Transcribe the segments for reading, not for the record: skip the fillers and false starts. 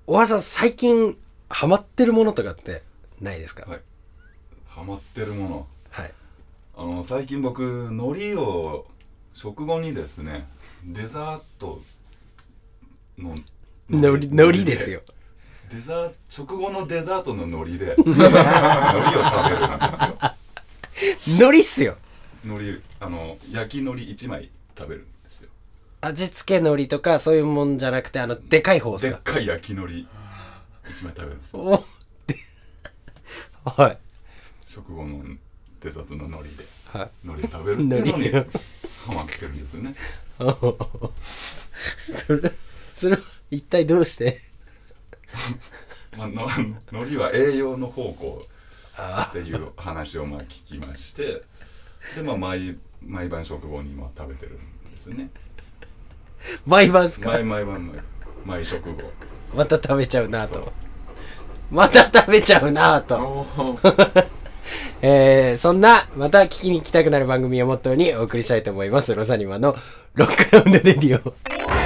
小川さん最近ハマってるものとかってないですか？ はい、ハマってるもの、 はい。 最近僕海苔を食後にですね、デザートの海苔ですよ。 食後のデザートの海苔で海苔を食べるんですよ。 海苔っすよ。 海苔焼き海苔1枚食べるんですよ。 味付け海苔とかそういうもんじゃなくてでかい方ですか？ でっかい焼き海苔1枚食べるんですよ。 おはい。 食後のデザートの海苔で、 はい、 海苔を食べるっていうのにハマってるんですよね。 それ一体どうして海苔は栄養の宝庫っていう話を聞きまして、で毎晩食後に食べてるんですよね。 毎晩ですか？ 毎食後また食べちゃうなと。また食べちゃうなと。そんなまた聞きに来たくなる番組をモットーにお送りしたいと思います。ロザニマのロックラウンドレディオ。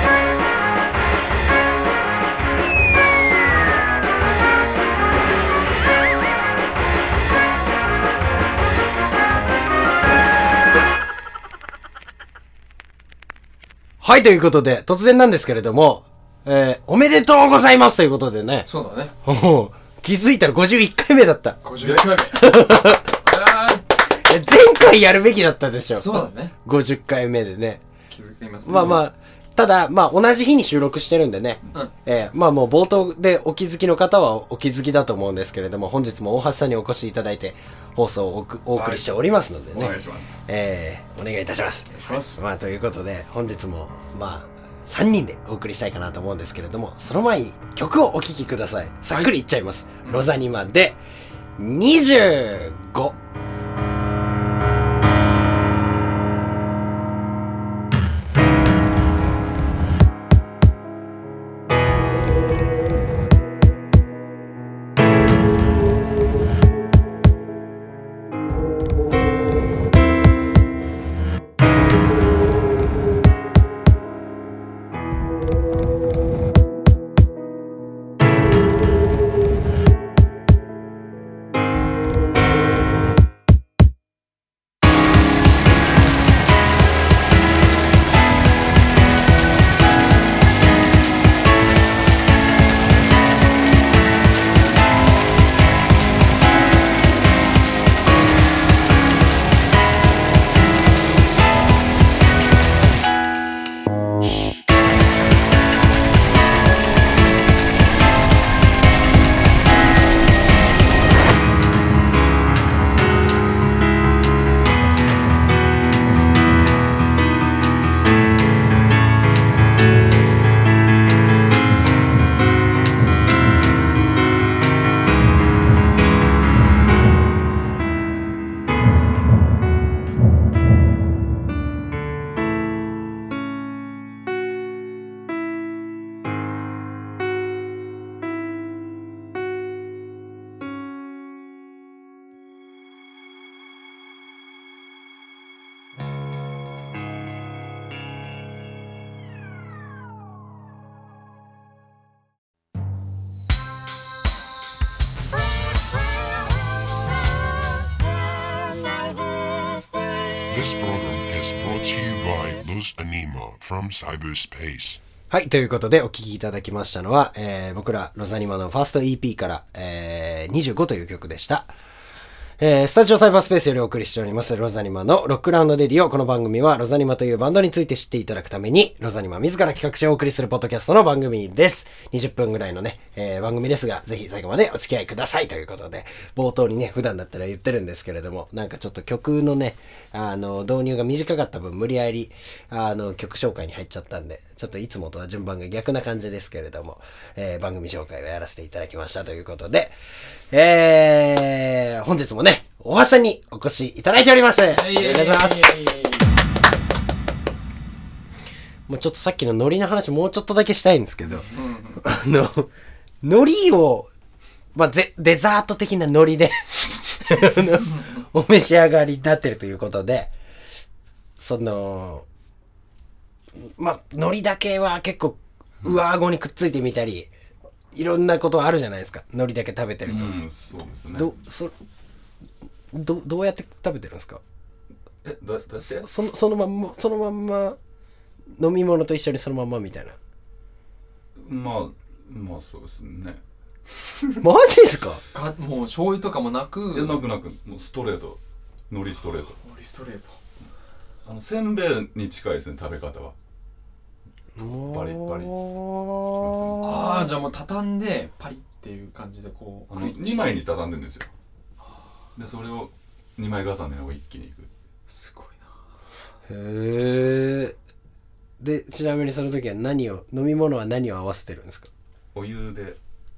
はい、ということで突然なんですけれども、おめでとうございますということでね。 そうだね。 気づいたら51回目だった。 51回目。 前回やるべきだったでしょ。 そうだね。 50回目でね。 気づきますね。 まあ、ただ、同じ日に収録してるんでね。 うん。 もう冒頭でお気づきの方はお気づきだと思うんですけれども、本日も大橋さんにお越しいただいて、放送をお送りしておりますのでね。 お願いします。 お願いいたします。 お願いします。 ということで、本日も、3人でお送りしたいかなと思うんですけれども、その前に曲をお聴きください。さっくりいっちゃいます。はい、ロザニマで、25。 This program is brought to you by Luz Anima from cyberspace. はい、ということでお聴きいただきましたのは、僕らロザニマのファースト EP から、25という曲でした。スタジオサイバースペースよりお送りしておりますロザニマのロックラウンドレディオ。この番組はロザニマというバンドについて知っていただくためにロザニマ自ら企画しお送りするポッドキャストの番組です。20分ぐらいのね、番組ですが、ぜひ最後までお付き合いくださいということで、冒頭にね、普段だったら言ってるんですけれども、なんかちょっと曲のね、導入が短かった分無理やり曲紹介に入っちゃったんで、ちょっといつもとは順番が逆な感じですけれども、番組紹介をやらせていただきましたということで、本日もね、大橋さんにお越しいただいております。ありがとうございます。もうちょっとさっきの海苔の話もうちょっとだけしたいんですけど、海苔を、デザート的な海苔でお召し上がりになってるということで、海苔だけは結構上顎にくっついてみたり、 いろんなことあるじゃないですか、海苔だけ食べてると。 そうですね。 どうやって食べてるんですか？ だってそのまんま飲み物と一緒にそのまんまみたいな。 まあそうですね。 マジですか？ もう醤油とかもなく。 なくもうストレート、海苔ストレート。 海苔ストレート。 せんべいに近いですね、食べ方は。パリッパリ。 じゃあもう畳んでパリっていう感じでこう 2枚に畳んでるんですよ。でそれを2枚重ねを一気にいく。 すごいな。へえ。でちなみにその時は飲み物は何を合わせてるんですか？ お湯で。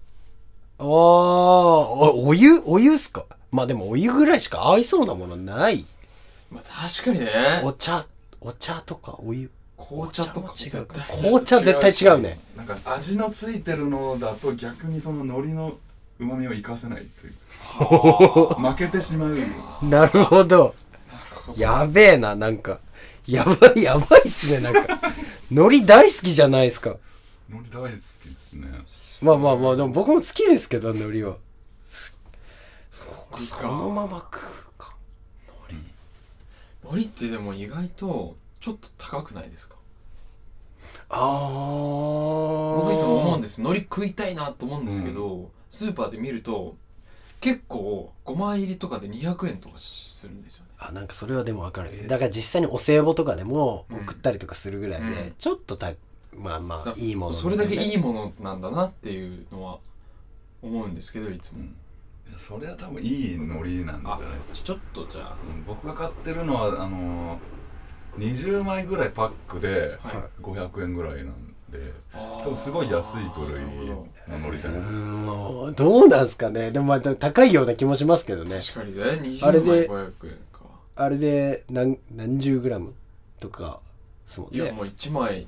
お湯っすか？まあでもお湯ぐらいしか合いそうなものない。 まあ確かにね。 お茶とかお湯。 紅茶とか違う。紅茶絶対違うね。 なんか味のついてるのだと逆にその海苔の旨味を生かせないという。負けてしまう。 なるほど。やべえな、なんかやばいっすね。なんか海苔大好きじゃないですか。 海苔大好きですね。 まあでも僕も好きですけど、海苔は。そうか、そのまま食うか。 海苔ってでも意外とちょっと高くないですか？僕いつも思うんですよ。海苔食いたいなと思うんですけど、スーパーで見ると結構5枚入りとかで200円とかするんですよね。 なんかそれはでも分かる。だから実際にお歳暮とかでも送ったりとかするぐらいで、ちょっとまあいいもの、ね、 それだけいいものなんだなっていうのは思うんですけど、いつも。 それは多分いい海苔なんじゃないですか。 ちょっとじゃあ、 僕が買ってるのは20枚ぐらいパックで500円ぐらいなんで、多分すごい安い部類の海苔じゃないですか。 どうなんすかね。でも高いような気もしますけどね。 確かにね。20枚500円か。 あれで何十グラムとかですもんね。 いやもう1枚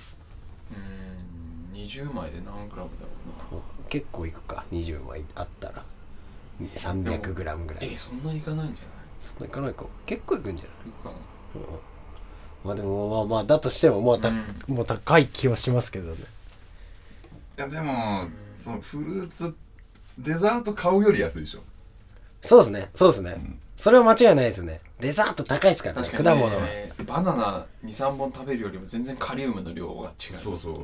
20枚で何グラムだろうな。 結構いくか。20枚あったら300グラムぐらい。 そんないかないんじゃない？ そんないかないか。結構いくんじゃない？ いくかな。 まあでもまあだとしてももう高い気はしますけどね。 いやでもそのフルーツデザート買うより安いでしょ。 そうですね。それは間違いないですね。デザート高いですからね。果物はバナナ 2,3 本食べるよりも全然カリウムの量が違う。 そうそう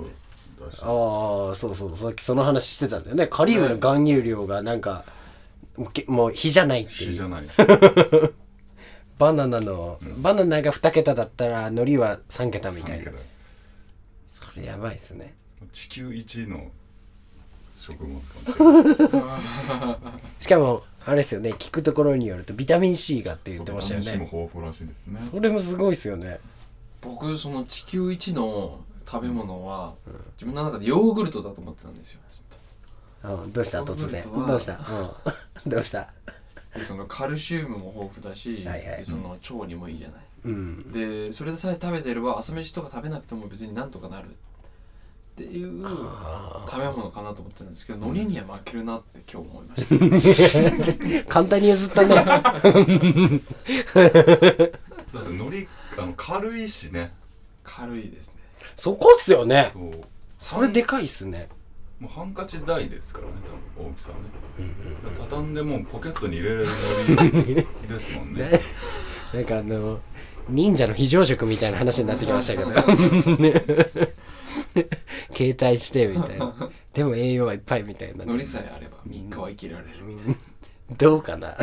さっきその話してたんだよね。カリウムの含有量がなんかもう比じゃないっていう。 比じゃないバナナが2桁だったら海苔は3桁みたいな。それやばいっすね。 地球一の食物かもしれないしかもあれですよね、聞くところによるとビタミン C がって言ってましたよね。 ビタミン C も豊富らしいですね。 それもすごいっすよね。 僕その地球一の食べ物は、自分の中でヨーグルトだと思ってたんですよ。 どうした突然。どうしたどうしたでそのカルシウムも豊富だし、でその腸にもいいじゃない、でそれさえ食べてれば朝飯とか食べなくても別になんとかなるっていう食べ物かなと思ってたんですけど、海苔には負けるなって今日思いました簡単に譲ったねそうですね。海苔軽いしね。 軽いですね。 そこっすよね。それでかいっすね。 もうハンカチ大ですからね、多分大きさはね。畳んでもうポケットに入れれる海苔ですもんね。 なんか忍者の非常食みたいな話になってきましたけど携帯してみたいな。でも栄養はいっぱいみたいな。 海苔さえあれば3日は生きられるみたいな。 どうかな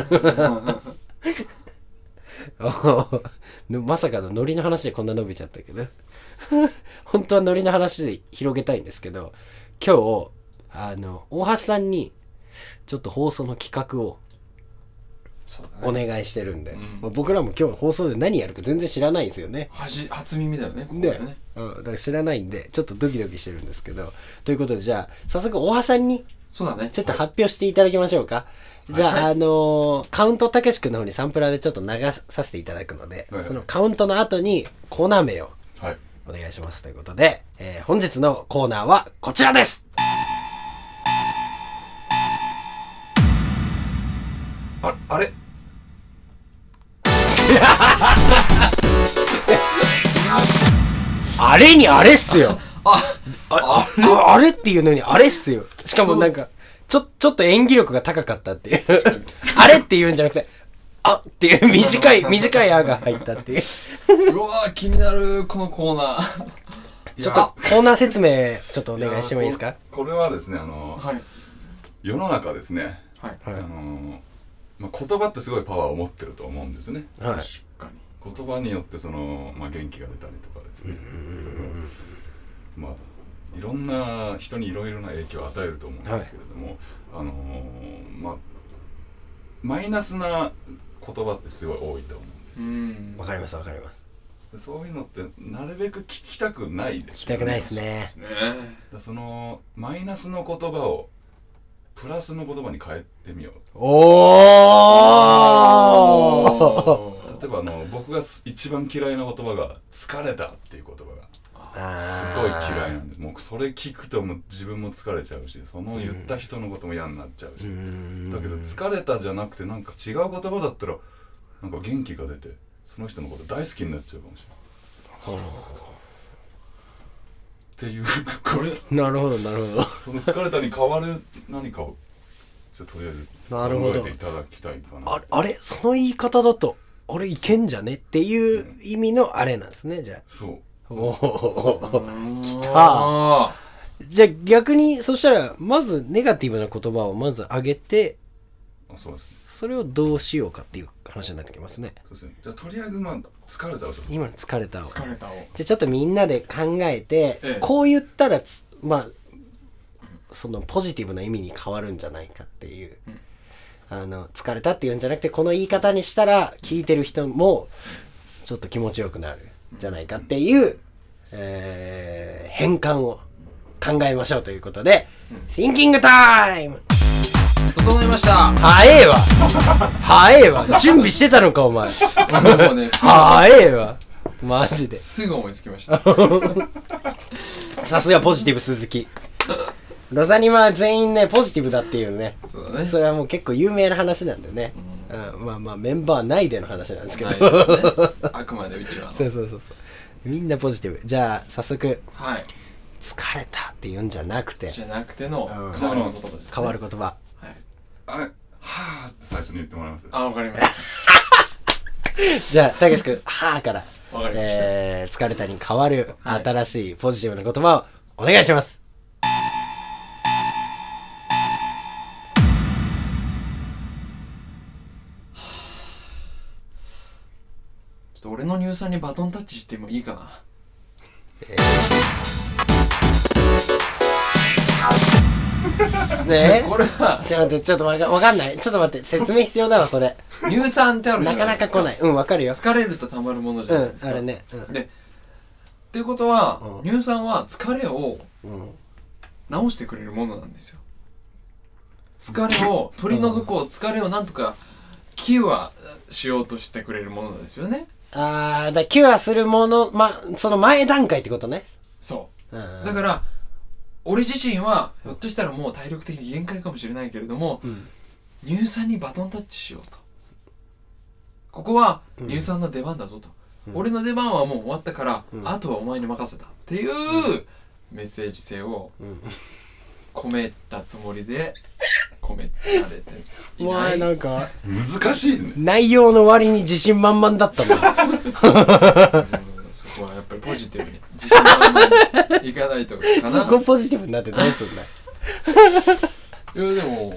まさかの海苔の話でこんな伸びちゃったけど本当は海苔の話で広げたいんですけど、今日大橋さんにちょっと放送の企画をお願いしてるんで、僕らも今日放送で何やるか全然知らないんですよね。 初耳だよね、ここね。だから知らないんでちょっとドキドキしてるんですけど、ということでじゃあ早速大橋さんにちょっと発表していただきましょうか。じゃあ、カウントたけし君の方にサンプラーでちょっと流させていただくので、そのカウントの後にコーナー名をお願いしますということで、本日のコーナーはこちらです。 あれあれにあれっすよ。あれっていうのにあれっすよ。 しかもなんか、ちょっと演技力が高かったっていう。あれって言うんじゃなくて、あっていう短いあが入ったっていう。 うわー、気になる、このコーナー。 ちょっと、コーナー説明、ちょっとお願いしてもいいですか？ これはですね、 はい。 世の中ですね、 はい。 言葉ってすごいパワーを持ってると思うんですね。 はい。 確かに。 言葉によって元気が出たりとかですね、いろんな人にいろいろな影響を与えると思うんですけれども、マイナスな言葉ってすごい多いと思うんですよ。 わかりますわかります。 そういうのってなるべく聞きたくないですよね。 聞きたくないですね。 そのマイナスの言葉をプラスの言葉に変えてみよう。 おー例えば僕が一番嫌いな言葉が疲れたっていう言葉がすごい嫌いなんです。もうそれ聞くともう自分も疲れちゃうし、その言った人のことも嫌になっちゃうし、だけど疲れたじゃなくてなんか違う言葉だったらなんか元気が出てその人のこと大好きになっちゃうかもしれない。っていうこれなるほどなるほど。 その疲れたに変わる何かをとりあえず考えていただきたいかな。 あれその言い方だとあれいけんじゃねっていう意味のあれなんですね。じゃあそうおーきた。じゃあ逆にそしたらまずネガティブな言葉をまず上げて、 そうですね、 それをどうしようかっていう話になってきますね。 そうですね。じゃあとりあえず疲れたを今の疲れたを疲れたをじゃあちょっとみんなで考えて、 ええ、 こう言ったらそのポジティブな意味に変わるんじゃないかっていう、疲れたっていうんじゃなくてこの言い方にしたら聞いてる人もちょっと気持ちよくなるんじゃないかっていう、変換を考えましょうということで、Thinking Time! 整いました。 早えわ準備してたのかお前。 もうね、 早えわマジですぐ思いつきました。 さすがポジティブ鈴木。ロザニマは全員ねポジティブだっていうね。 そうだね。 それはもう結構有名な話なんだよね。メンバー内での話なんですけど、 ね、あくまでうちはそうみんなポジティブ。じゃあ早速、 はい、 疲れたって言うんじゃなくての変わる言葉です、ね、 変わる言葉、 はい、 はーって最初に言ってもらいます。 わかりましたじゃあたけし君はーからわかりました、 疲れたに変わる新しいポジティブな言葉をお願いします。 ちょっと俺の乳酸にバトンタッチしてもいいかな。 ねえこれはちょっとわかんない。ちょっと待って説明必要だわそれ。 乳酸ってあるじゃなかないですか。 なか来ない。わかるよ。 疲れるとたまるものじゃないですか。 あれね。 でっていうことは、乳酸は疲れを治してくれるものなんですよ。疲れを取り除こう、疲れをなんとかキュアしようとしてくれるものなんですよね。 だキュアするもの、その前段階ってことね。 そう。だから俺自身はひょっとしたらもう体力的に限界かもしれないけれども、乳酸にバトンタッチしようと。ここは乳酸の出番だぞと。俺の出番はもう終わったから、あとはお前に任せたっていうメッセージ性を込めたつもりで込められていない。 なんか難しいね。 内容の割に自信満々だったもん。 そこはやっぱりポジティブに自信満々にいかないとかな。 そこポジティブになってどうすんだ。 いやでも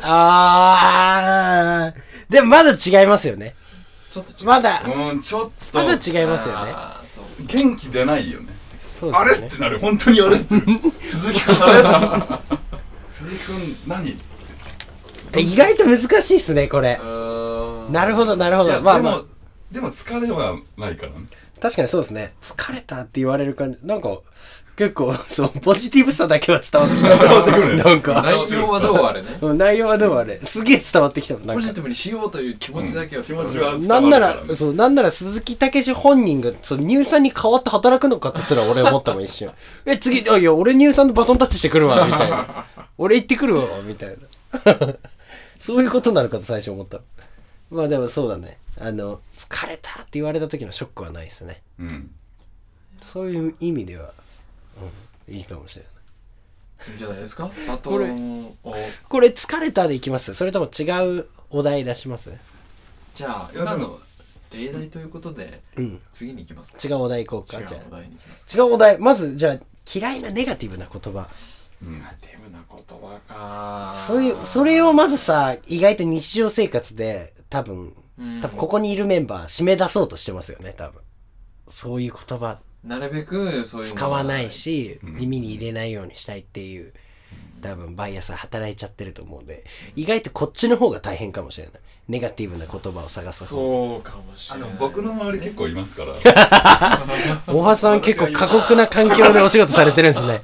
でもまだ違いますよね。 ちょっと違う。 まだちょっとまだ違いますよね。 そう元気出ないよね。 そうですね。 あれってなる。本当にあれって鈴木くんあれ鈴木くん何意外と難しいっすねこれ。なるほどなるほど。 でも疲れはないからね。 確かにそうですね。疲れたって言われる感じなんか結構ポジティブさだけは伝わってきた。 伝わってくるね。 なんか内容はどうあれね。 内容はどうあれすげえ伝わってきたもん。なんかポジティブにしようという気持ちだけは伝わる。 気持ちは伝なんなわるかららなんなら鈴木武史本人が乳酸に代わって働くのかってすら俺思ったもん一瞬。次いや俺乳酸でバトンタッチしてくるわみたいな。俺行ってくるわみたいな。そういうことなのかと最初思った。まあでもそうだね。疲れたって言われた時のショックはないですね。 うん。 そういう意味では、いいかもしれいいんじゃないですか。バトンをこれ疲れたでいきます？それとも違うお題出します？ じゃあ今の例題ということで、次に行きますか。 違うお題行こうか。 違うお題に行きますか。 違うお題。まずじゃあ嫌いなネガティブな言葉。 ネガティブな言葉か。 それをまずさ、意外と日常生活で多分ここにいるメンバー締め出そうとしてますよね、多分。そういう言葉なるべくそういう使わないし、耳に入れないようにしたいっていう多分バイアス働いちゃってると思うんで、意外とこっちの方が大変かもしれない。ネガティブな言葉を探す。 そうかもしれない、 僕の周り結構いますから。 大橋さん結構過酷な環境でお仕事されてるんですね。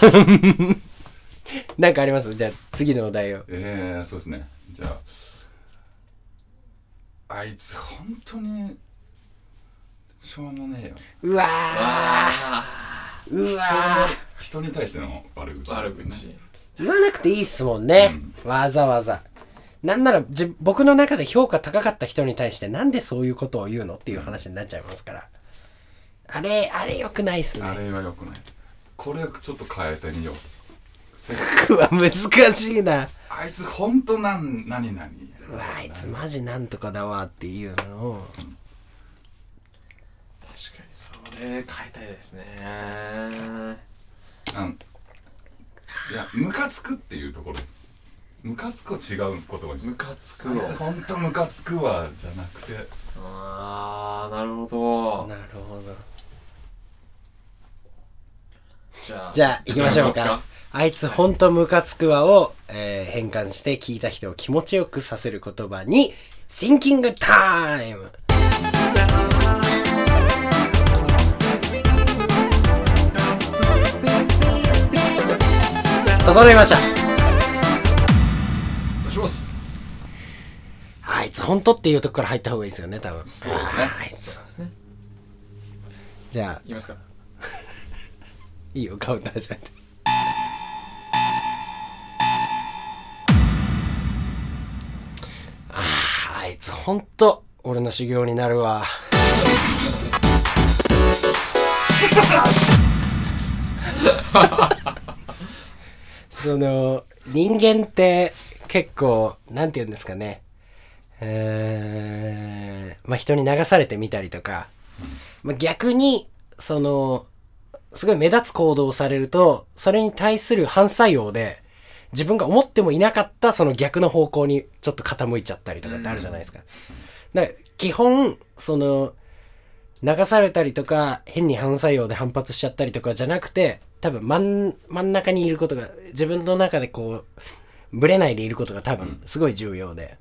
なんかあります？じゃあ次のお題を。 そうですね。じゃあ、あいつ本当にしょうもねえよ。 うわー人に対しての悪口、 悪口言わなくていいっすもんね、わざわざ。なんなら僕の中で評価高かった人に対してなんでそういうことを言うのっていう話になっちゃいますから。あれ良くないっすね。 あれは良くない。これをちょっと変えてみようわ難しいな。 あいつほんと何々、 うわあいつマジなんとかだわっていうのを、 確かにそれ変えたいですね。 いや、ムカつくっていうところ、ムカつくは違う言葉です。 ムカつくあいつほんとムカつくわじゃなくて、 なるほど。 なるほど。 じゃあ行きましょうか。あいつほんとムカつくわを、変換して聞いた人を気持ちよくさせる言葉に Thinking Time。 整いました。 お願いします。 あいつほんとっていうとこから入った方がいいですよね、多分。 そうですね。 あいつ。 そうですね。 じゃあ言いますか。 いいよ、カウンター始めて。あいつほんと俺の修行になるわ。その人間って結構なんて言うんですかね、まあ人に流されてみたりとか、まあ、逆にそのすごい目立つ行動をされるとそれに対する反作用で自分が思ってもいなかったその逆の方向にちょっと傾いちゃったりとかってあるじゃないですか。だから基本その流されたりとか変に反作用で反発しちゃったりとかじゃなくて、多分真ん中にいることが自分の中でこうブレないでいることが多分すごい重要で、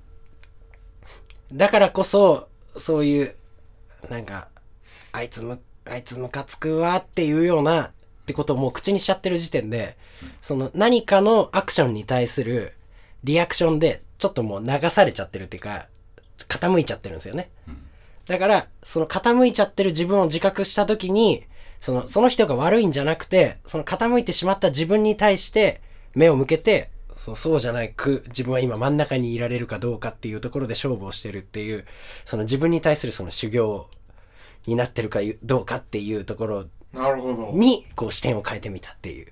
だからこそそういうなんかあいつムカつくわっていうようなってことをもう口にしちゃってる時点で、その何かのアクションに対するリアクションでちょっともう流されちゃってるっていうか傾いちゃってるんですよね。だからその傾いちゃってる自分を自覚したときにその人が悪いんじゃなくて、その傾いてしまった自分に対して目を向けてそうじゃないく自分は今真ん中にいられるかどうかっていうところで勝負をしてるっていう、その自分に対するその修行になってるかどうかっていうところにこう視点を変えてみたっていう、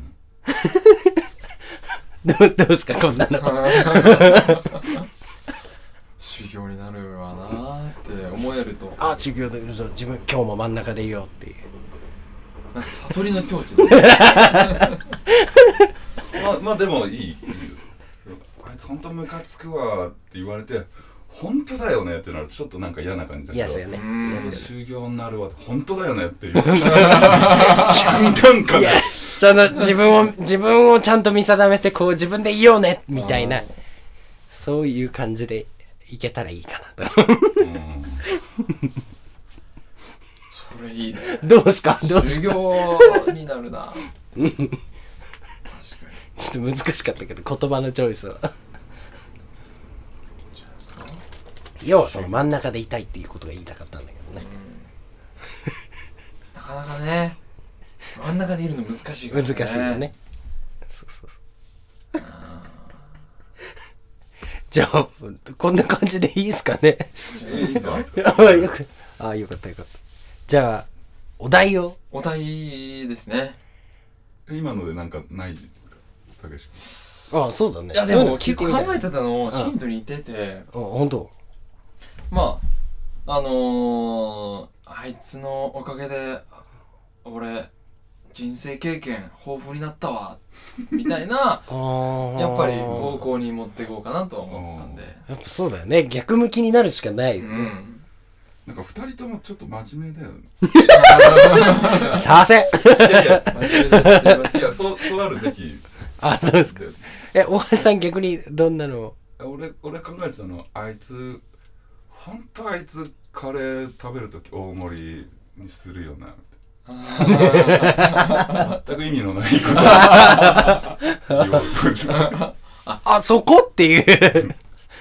どうですかこんなの。 修行になるわなーって思えると、 修行で自分今日も真ん中でいようっていう、 なんか悟りの境地でまあでもいい。あいつほんとムカつくわって言われて本当だよねってなるとちょっとなんか嫌な感じだけど、 嫌ですよね。 修行になるわって本当だよねっていうなんかね、 ちゃんと自分をちゃんと見定めてこう自分でいようねみたいな、そういう感じでいけたらいいかなと。 それいいね。 どうですか修行になるな。確かにちょっと難しかったけど言葉のチョイスは要はその真ん中でいたいっていうことが言いたかったんだけどね。 なかなかね真ん中でいるの難しいからね。 難しいよね。そうじゃあこんな感じでいいですかね。 いいじゃないですか。 よかった。じゃあお題ですね。 今のでなんかないですか、たけしああ、そうだね。 いやでそういうのも結構考えてたのうんシンと似てて、 本当。 まああいつのおかげで俺人生経験豊富になったわみたいなやっぱり方向に持っていこうかなとは思ってたんで。 やっぱそうだよね。逆向きになるしかないよね。 なんか2人ともちょっと真面目だよね。 させん。 いやいや真面目です。すいません。 いや、そうあるべき。 あ、そうですか。大橋さん逆にどんなの？ 俺考えてたの、あいつ本当あいつカレー食べるとき大盛りにするよな全く意味のないことを言おうとした。 あ、そこっていう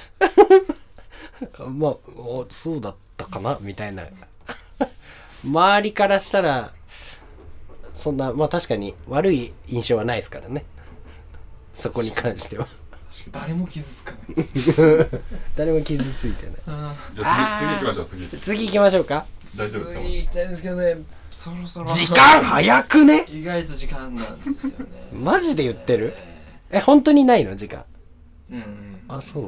まあそうだったかなみたいな周りからしたらそんな、まあ確かに悪い印象はないですからね、そこに関しては。 確かに誰も傷つかないです誰も傷ついてない。 じゃあ次行きましょう。 次行きましょうか。 大丈夫ですか？ 次行きたいんですけどね、そろそろ時間早くね。 意外と時間なんですよねマジで言ってる？本当にないの時間？あ、そう。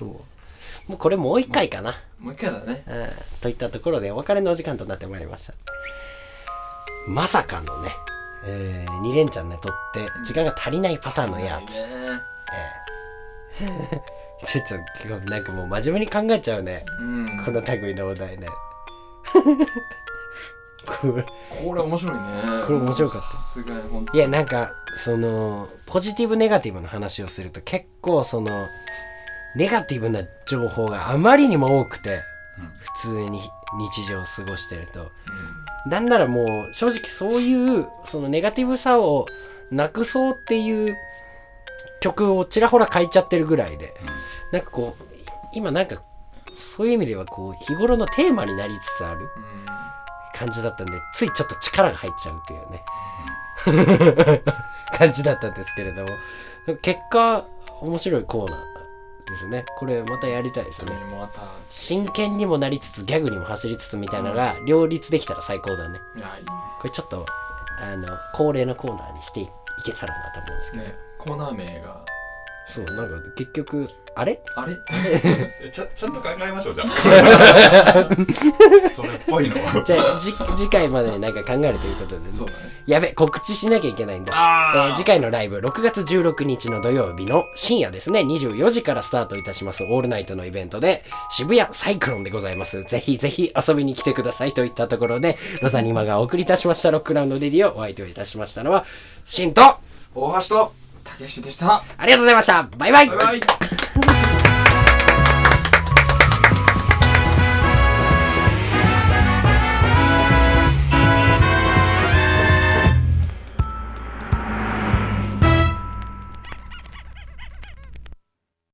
もうこれもう一回かな。 もう一回だね。 といったところでお別れのお時間となってまいりました。まさかのね、2連チャンねとって時間が足りないパターンのやつ。ちょっとなんかもう真面目に考えちゃうね、この類のお題ね。これ面白いね。 これ面白かった。 さすがに本当。 いやなんかそのポジティブネガティブの話をすると結構そのネガティブな情報があまりにも多くて、普通に日常を過ごしてると、なんならもう正直そういうそのネガティブさをなくそうっていう曲をちらほら書いちゃってるぐらいで、なんかこう今なんかそういう意味ではこう日頃のテーマになりつつある感じだったんで、ついちょっと力が入っちゃうっていうね感じだったんですけれども、結果面白いコーナーですね。これまたやりたいですね。真剣にもなりつつギャグにも走りつつみたいなのが両立できたら最高だね。これちょっと恒例のコーナーにしていけたらなと思うんですけど、 コーナー名がそうなんか結局あれちゃんと考えましょう。じゃあそれっぽいのじゃあ次回までになんか考えるということで、ね、 そうだね。 やべ告知しなきゃいけないんだ。次回のライブ6月16日の土曜日の深夜ですね、24時からスタートいたしますオールナイトのイベントで渋谷サイクロンでございます。ぜひぜひ遊びに来てくださいといったところで、ロザニマがお送りいたしましたロックラウンドレディオ、お相手をいたしましたのはシンと大橋とたけしでした。 ありがとうございました。バイバイ。 バイバイ。